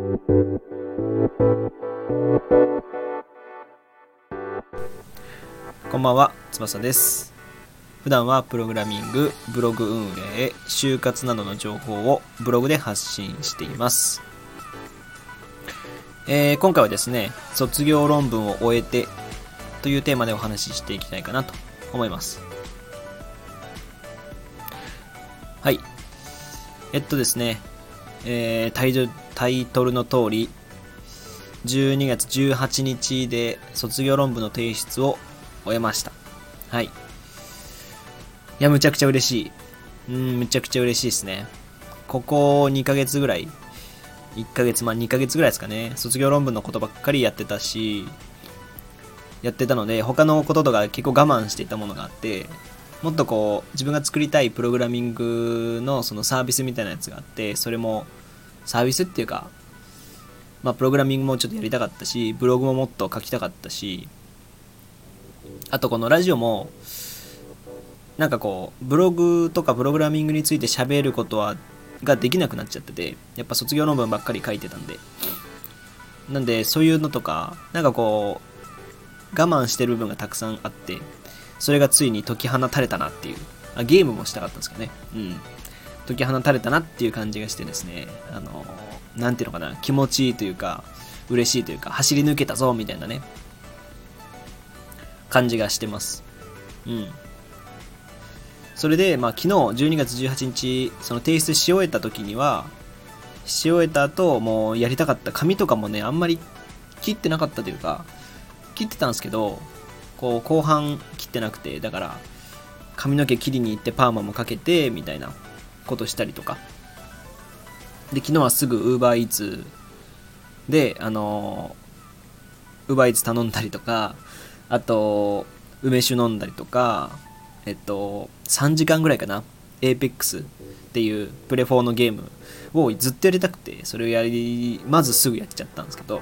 こんばんは、翼です。普段はプログラミング、ブログ運営、就活などの情報をブログで発信しています。今回はですね、卒業論文を終えてというテーマでお話ししていきたいかなと思います。はい。ですね、タイトルの通り、12月18日で卒業論文の提出を終えました。はい。いや、むちゃくちゃ嬉しい。むちゃくちゃ嬉しいですね。ここ2ヶ月ぐらい、1ヶ月、2ヶ月ぐらいですかね、卒業論文のことばっかりやってたので、他のこととか結構我慢していたものがあって、もっと自分が作りたいプログラミングのそのサービスみたいなやつがあって、それも、サービスっていうか、プログラミングもちょっとやりたかったし、ブログももっと書きたかったし、あとこのラジオもブログとかプログラミングについて喋ることができなくなっちゃってて、やっぱ卒業論文ばっかり書いてたんでそういうのとか我慢してる部分がたくさんあって、それがついに解き放たれたなっていう、ゲームもしたかったんですかね。解き放たれたなっていう感じがしてですね、なんていうのかな、気持ちいいというか嬉しいというか、走り抜けたぞみたいなね感じがしてます。それで、昨日12月18日その提出し終えた後もうやりたかった髪とかもね、あんまり切ってなかったというか、切ってたんですけど後半切ってなくて、だから髪の毛切りに行ってパーマもかけてみたいなことしたりとかで、昨日はすぐ UberEats でUberEats 頼んだりとか、あと梅酒飲んだりとか、3時間ぐらいかな、Apex っていうプレ4のゲームをずっとやりたくて、それをまずすぐやっちゃったんですけど、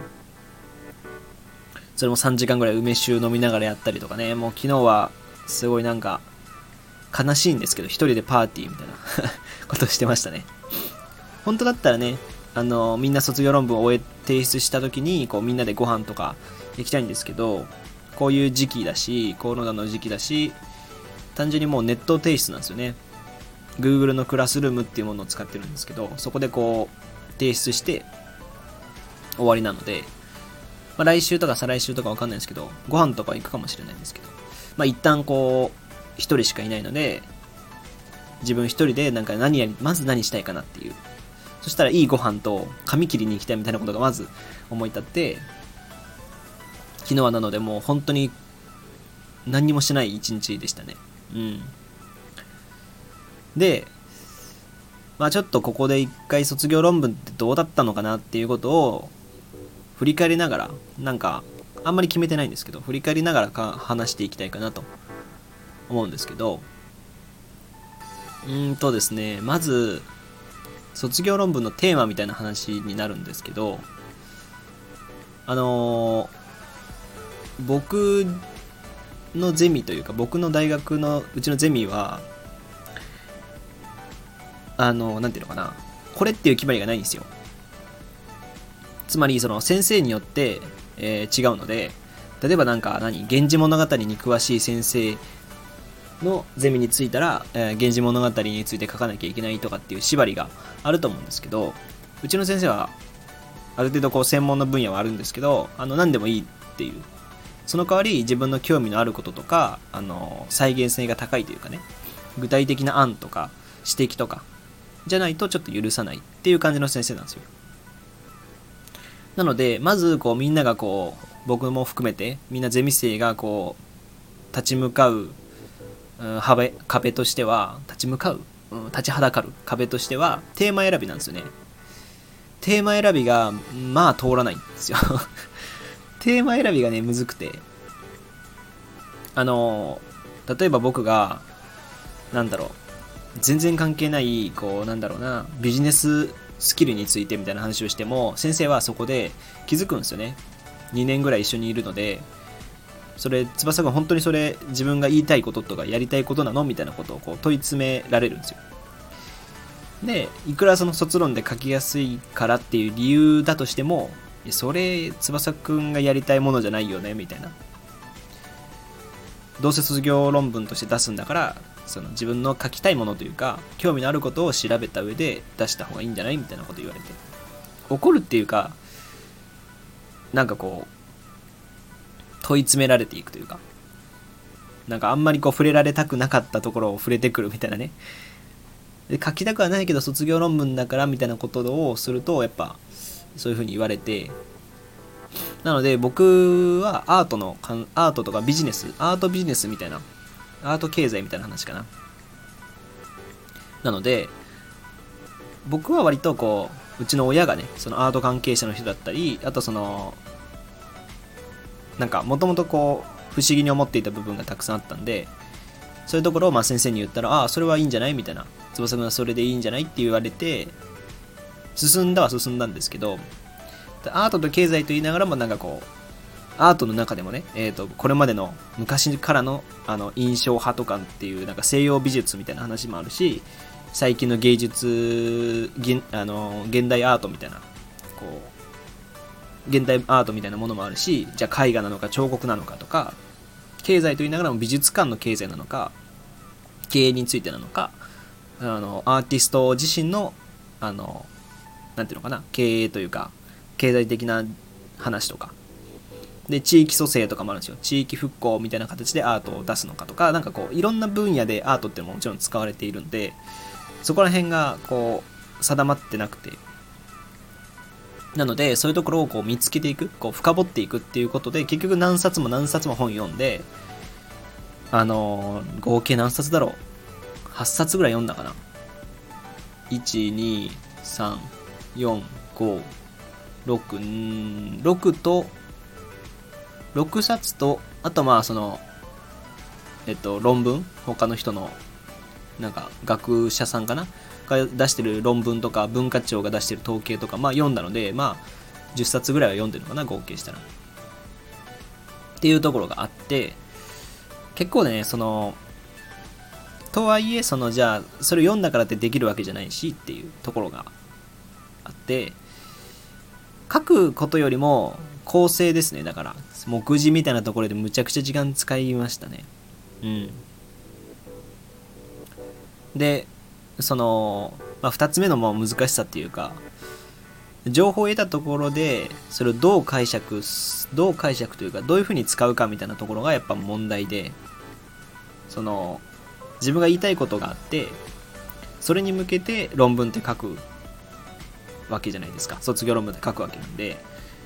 それも3時間ぐらい梅酒飲みながらやったりとかね、もう昨日はすごい悲しいんですけど、一人でパーティーみたいなことをしてましたね。本当だったらね、みんな卒業論文を提出した時にみんなでご飯とか行きたいんですけど、こういう時期だし、コロナの時期だし、単純にもうネット提出なんですよね。 Google のクラスルームっていうものを使ってるんですけど、そこで提出して終わりなので、来週とか再来週とかわかんないですけど、ご飯とか行くかもしれないんですけど、一旦一人しかいないので、自分一人でまず何したいかなっていう、そしたらいいご飯と髪切りに行きたいみたいなことがまず思い立って、昨日はなのでもう本当に何にもしてない一日でしたね。で、ちょっとここで一回卒業論文ってどうだったのかなっていうことを振り返りながら、あんまり決めてないんですけど、振り返りながら話していきたいかなと思うんですけど、ですね、まず卒業論文のテーマみたいな話になるんですけど、僕のゼミというか、僕の大学のうちのゼミはなんていうのかな、これっていう決まりがないんですよ。つまりその先生によって、違うので、例えば源氏物語に詳しい先生のゼミについたら、源氏物語について書かなきゃいけないとかっていう縛りがあると思うんですけど、うちの先生はある程度専門の分野はあるんですけど、何でもいいっていう、その代わり自分の興味のあることとか、再現性が高いというかね、具体的な案とか指摘とかじゃないとちょっと許さないっていう感じの先生なんですよ。なのでまずみんなが僕も含めてみんなゼミ生が立ち向かう壁としては、立ちはだかる壁としてはテーマ選びなんですよね。テーマ選びが通らないんですよテーマ選びがねむずくて、例えば僕が全然関係ないビジネススキルについてみたいな話をしても、先生はそこで気づくんですよね。2年ぐらい一緒にいるので、それ翼が本当にそれ自分が言いたいこととかやりたいことなのみたいなことを問い詰められるんですよ。 でいくらその卒論で書きやすいからっていう理由だとしても、それ翼くんがやりたいものじゃないよねみたいな、どうせ卒業論文として出すんだから、その自分の書きたいものというか興味のあることを調べた上で出した方がいいんじゃないみたいなこと言われて、怒るっていうか、なんかこう問い詰められていくというか、なんかあんまりこう触れられたくなかったところを触れてくるみたいなね。で書きたくはないけど卒業論文だからみたいなことをするとやっぱそういう風に言われて、なので僕はアートとかビジネス、アートビジネスみたいな、アート経済みたいな話かな。なので僕は割とこう、うちの親がね、そのアート関係者の人だったり、あとそのなんかもともとこう不思議に思っていた部分がたくさんあったんで、そういうところをまあ先生に言ったら、ああそれはいいんじゃないみたいな、翼くんはそれでいいんじゃないって言われて、進んだんですけど、アートと経済と言いながらもなんかこうアートの中でもね、これまでの昔からの印象派とかっていうなんか西洋美術みたいな話もあるし、最近の芸術現代アートみたいな、こう現代アートみたいなものもあるし、じゃあ絵画なのか彫刻なのかとか、経済と言いながらも美術館の経済なのか、経営についてなのか、アーティスト自身のなんていうのかな、経営というか経済的な話とかで、地域蘇生とかもあるんですよ。地域復興みたいな形でアートを出すのかとか、なんかこういろんな分野でアートっていうのももちろん使われているんで、そこら辺がこう定まってなくて、なのでそういうところをこう見つけていく、こう深掘っていくっていうことで、結局何冊も本読んで、合計何冊だろう、8冊ぐらい読んだかな。1、2、3、4、5、6と6冊と、あとまあその論文、他の人のなんか学者さんかなが出してる論文とか、文化庁が出してる統計とかまあ読んだので、まあ10冊ぐらいは読んでるのかな、合計したらっていうところがあって、結構ね、そのとはいえ、そのじゃあそれ読んだからってできるわけじゃないしっていうところがあって、書くことよりも構成ですね。だから目次みたいなところでむちゃくちゃ時間使いましたね。でその、2つ目の難しさっていうか、情報を得たところでそれをどう解釈というか、どういうふうに使うかみたいなところがやっぱ問題で、その自分が言いたいことがあって、それに向けて論文って書くわけじゃないですか。卒業論文って書くわけなんで、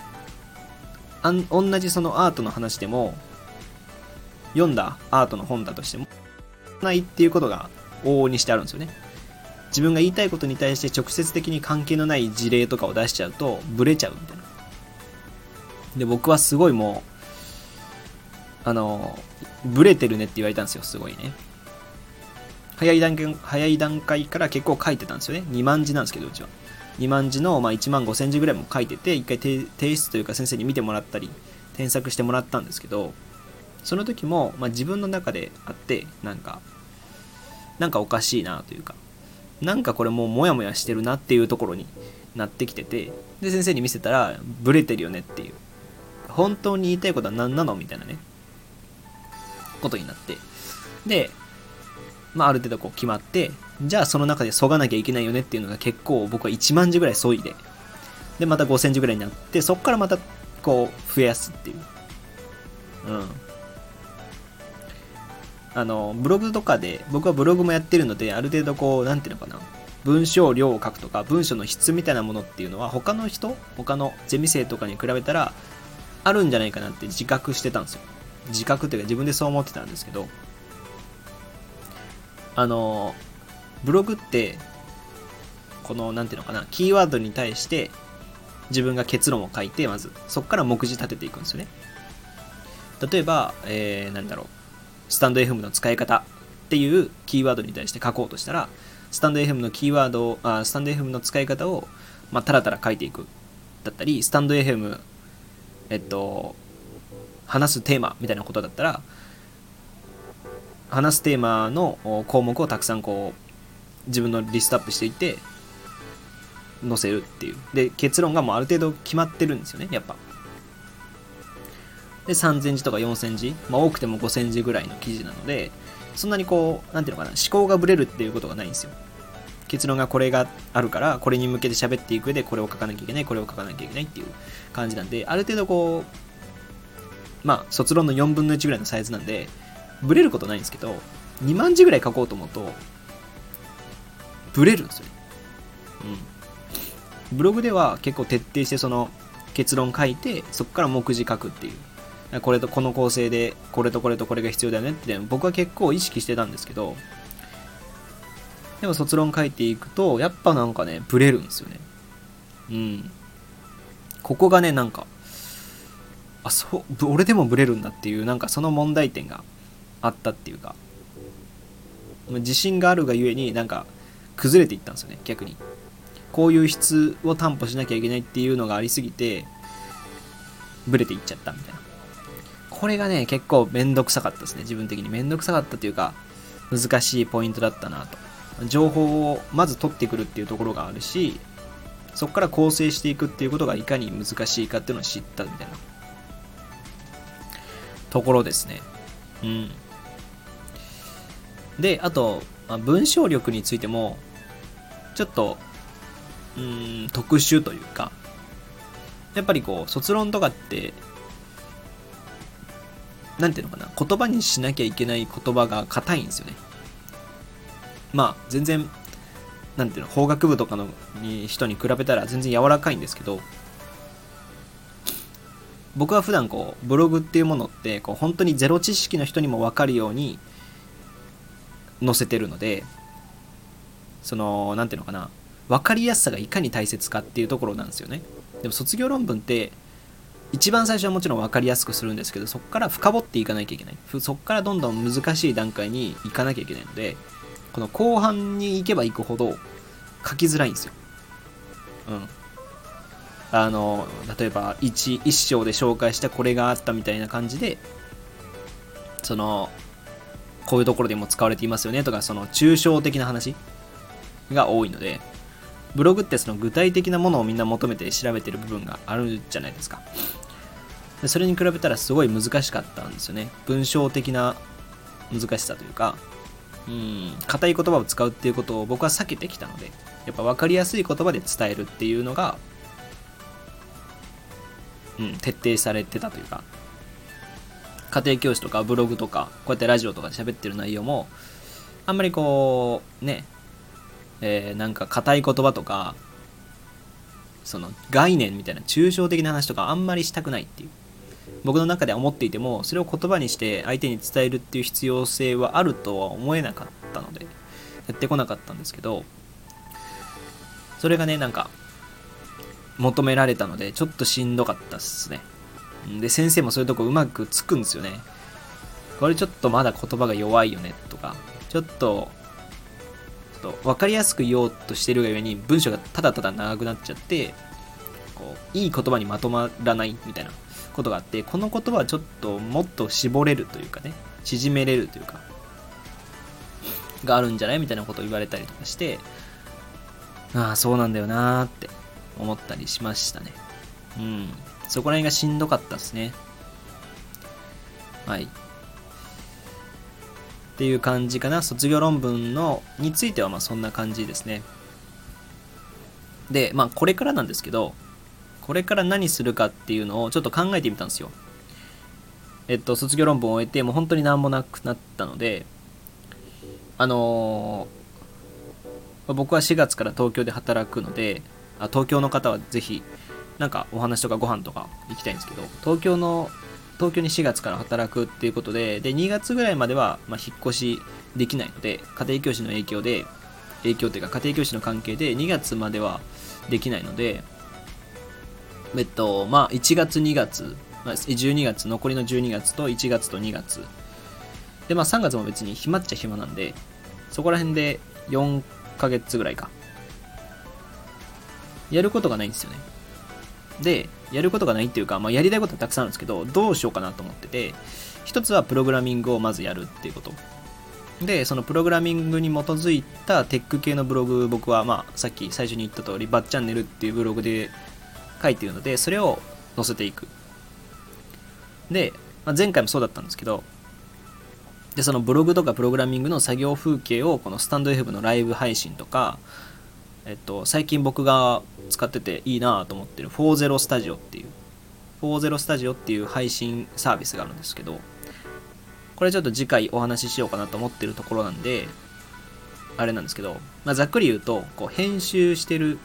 同じそのアートの話でも、読んだアートの本だとしてもないっていうことが往々にしてあるんですよね。自分が言いたいことに対して直接的に関係のない事例とかを出しちゃうとブレちゃうみたいな。で僕はすごいもうブレてるねって言われたんですよ。すごいね。早い段階から結構書いてたんですよね。2万字なんですけど、うちは2万字の1万5000字ぐらいも書いてて、一回提出というか先生に見てもらったり添削してもらったんですけど、その時も、自分の中であって、なんかおかしいなというか、なんかこれもうモヤモヤしてるなっていうところになってきてて、で先生に見せたらブレてるよねっていう、本当に言いたいことは何なのみたいなねことになって、である程度こう決まって、じゃあその中でそがなきゃいけないよねっていうのが結構僕は1万字ぐらい削いで、でまた5000字ぐらいになって、そっからまたこう増やすっていう、ブログとかで、僕はブログもやってるので、ある程度こうなんていうのかな、文章量を書くとか文章の質みたいなものっていうのは他のゼミ生とかに比べたらあるんじゃないかなって自覚してたんですよ。自覚っていうか自分でそう思ってたんですけど、ブログってこのなんていうのかな、キーワードに対して自分が結論を書いて、まずそこから目次立てていくんですよね。例えば、なんだろう、スタンド FM の使い方っていうキーワードに対して書こうとしたら、スタンド FM のキーワードをスタンド FM の使い方をたらたら書いていくだったり、スタンド FM 話すテーマみたいなことだったら、話すテーマの項目をたくさんこう自分のリストアップしていって載せるっていう。で結論がもうある程度決まってるんですよね、やっぱ。で3000字とか4000字、多くても5000字ぐらいの記事なので、そんなにこうなんていうのかな、思考がぶれるっていうことがないんですよ。結論がこれがあるから、これに向けて喋っていく上でこれを書かなきゃいけない、これを書かなきゃいけないっていう感じなんで、ある程度こう卒論の4分の1ぐらいのサイズなんでブレることないんですけど、2万字ぐらい書こうと思うとブレるんですよね。ブログでは結構徹底してその結論書いて、そこから目次書くっていう、これとこの構成でこれとこれとこれが必要だよねって僕は結構意識してたんですけど、でも卒論書いていくとやっぱなんかねブレるんですよね。ここがねなんか俺でもブレるんだっていう、なんかその問題点があったっていうか、自信があるがゆえになんか崩れていったんですよね。逆にこういう質を担保しなきゃいけないっていうのがありすぎてブレていっちゃったみたいな。これがね結構めんどくさかったですね。自分的にめんどくさかったというか難しいポイントだったなと。情報をまず取ってくるっていうところがあるし、そこから構成していくっていうことがいかに難しいかっていうのを知ったみたいなところですね。であと、文章力についてもちょっと特殊というか、やっぱりこう卒論とかってなんていうのかな、言葉にしなきゃいけない言葉が硬いんですよね。全然なんていうの、法学部とかの人に比べたら全然柔らかいんですけど、僕は普段こうブログっていうものってこう本当にゼロ知識の人にも分かるように載せてるので、そのなんていうのかな、分かりやすさがいかに大切かっていうところなんですよね。でも卒業論文って一番最初はもちろん分かりやすくするんですけど、そこから深掘っていかなきゃいけない、そこからどんどん難しい段階に行かなきゃいけないので、この後半に行けば行くほど書きづらいんですよ。例えば一章で紹介したこれがあったみたいな感じで、そのこういうところでも使われていますよねとか、その抽象的な話が多いので、ブログってその具体的なものをみんな求めて調べてる部分があるじゃないですか。でそれに比べたらすごい難しかったんですよね。文章的な難しさというか、硬い言葉を使うっていうことを僕は避けてきたので、やっぱ分かりやすい言葉で伝えるっていうのが、徹底されてたというか、家庭教師とかブログとかこうやってラジオとかで喋ってる内容もあんまりこうね、なんか硬い言葉とかその概念みたいな抽象的な話とかあんまりしたくないっていう、僕の中では思っていても、それを言葉にして相手に伝えるっていう必要性はあるとは思えなかったのでやってこなかったんですけど、それがねなんか求められたのでちょっとしんどかったっすね。で先生もそういうとこうまくつくんですよね。これちょっとまだ言葉が弱いよねとか、ちょっと分かりやすく言おうとしてるがゆえに文章がただただ長くなっちゃって、こういい言葉にまとまらないみたいなことがあって、この言葉はちょっともっと絞れるというかね、縮めれるというかがあるんじゃないみたいなことを言われたりとかして、そうなんだよなーって思ったりしましたね。そこら辺がしんどかったですね。はい。っていう感じかな。卒業論文についてはそんな感じですね。で、これからなんですけど、これから何するかっていうのをちょっと考えてみたんですよ。卒業論文を終えてもう本当に何もなくなったので、僕は4月から東京で働くので、東京の方はぜひなんかお話とかご飯とか行きたいんですけど、東京に4月から働くっていうことで、2月ぐらいまでは引っ越しできないので、家庭教師の影響っていうか家庭教師の関係で2月まではできないので、1月2月、12月、残りの12月と1月と2月で、3月も別に暇っちゃ暇なんで、そこら辺で4ヶ月ぐらいかやることがないんですよね。で、やることがないっていうか、やりたいことはたくさんあるんですけど、どうしようかなと思ってて、一つはプログラミングをまずやるっていうこと。 で、そのプログラミングに基づいたテック系のブログ、僕はさっき最初に言った通り、バッチャンネルっていうブログで書いているので、それを載せていく。で、前回もそうだったんですけど、で、そのブログとかプログラミングの作業風景をこのスタンド FM のライブ配信とか、最近僕が使ってていいなと思ってる40スタジオっていう配信サービスがあるんですけど、これちょっと次回お話ししようかなと思ってるところなんで、あれなんですけど、ざっくり言うと、こう編集してる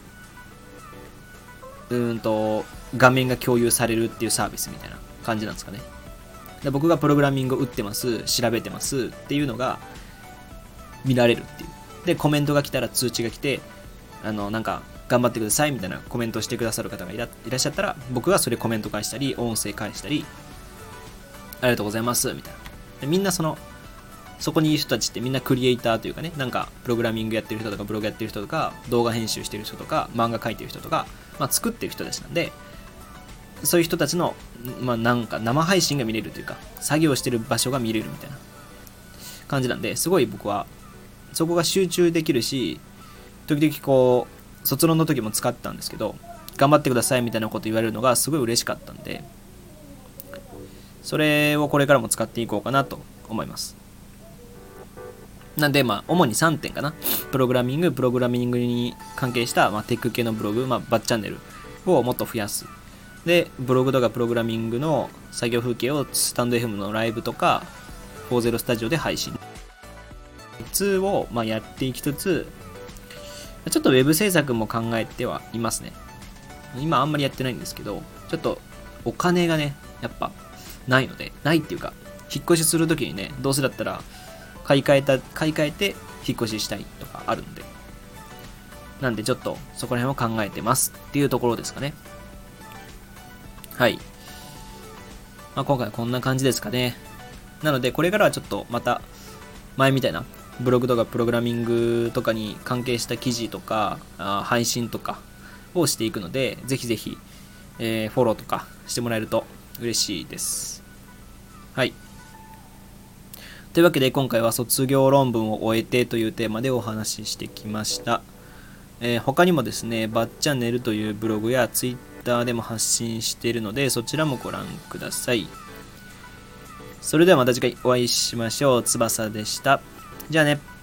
画面が共有されるっていうサービスみたいな感じなんですかね。で、僕がプログラミングを打ってます、調べてますっていうのが見られるっていう。で、コメントが来たら通知が来て、なんか頑張ってくださいみたいなコメントをしてくださる方がいらっしゃったら、僕がそれコメント返したり、音声返したり、ありがとうございますみたいな。で、みんなそこにいる人たちってみんなクリエイターというかね、なんかプログラミングやってる人とかブログやってる人とか動画編集してる人とか漫画描いてる人とか、作ってる人たちなんで、そういう人たちの、なんか生配信が見れるというか、作業してる場所が見れるみたいな感じなんで、すごい僕はそこが集中できるし、時々こう卒論の時も使ったんですけど、頑張ってくださいみたいなこと言われるのがすごい嬉しかったんで、それをこれからも使っていこうかなと思います。なんで、主に3点かな。プログラミングに関係した、テック系のブログ、バッチャンネルをもっと増やす。で、ブログとかプログラミングの作業風景をスタンド FM のライブとか、40スタジオで配信。3つを、やっていきつつ、ちょっとウェブ制作も考えてはいますね。今あんまりやってないんですけど、ちょっとお金がね、やっぱないので、ないっていうか、引っ越しするときにね、どうせだったら買い替えて引っ越ししたいとかあるんで、なんでちょっとそこら辺を考えてますっていうところですかね。はい。今回はこんな感じですかね。なのでこれからはちょっとまた前みたいなブログとかプログラミングとかに関係した記事とか配信とかをしていくので、ぜひぜひ、フォローとかしてもらえると嬉しいです。はい。というわけで今回は卒業論文を終えてというテーマでお話ししてきました。他にもですね、バッチャンネルというブログやツイッターでも発信しているので、そちらもご覧ください。それではまた次回お会いしましょう。翼でした。じゃあね。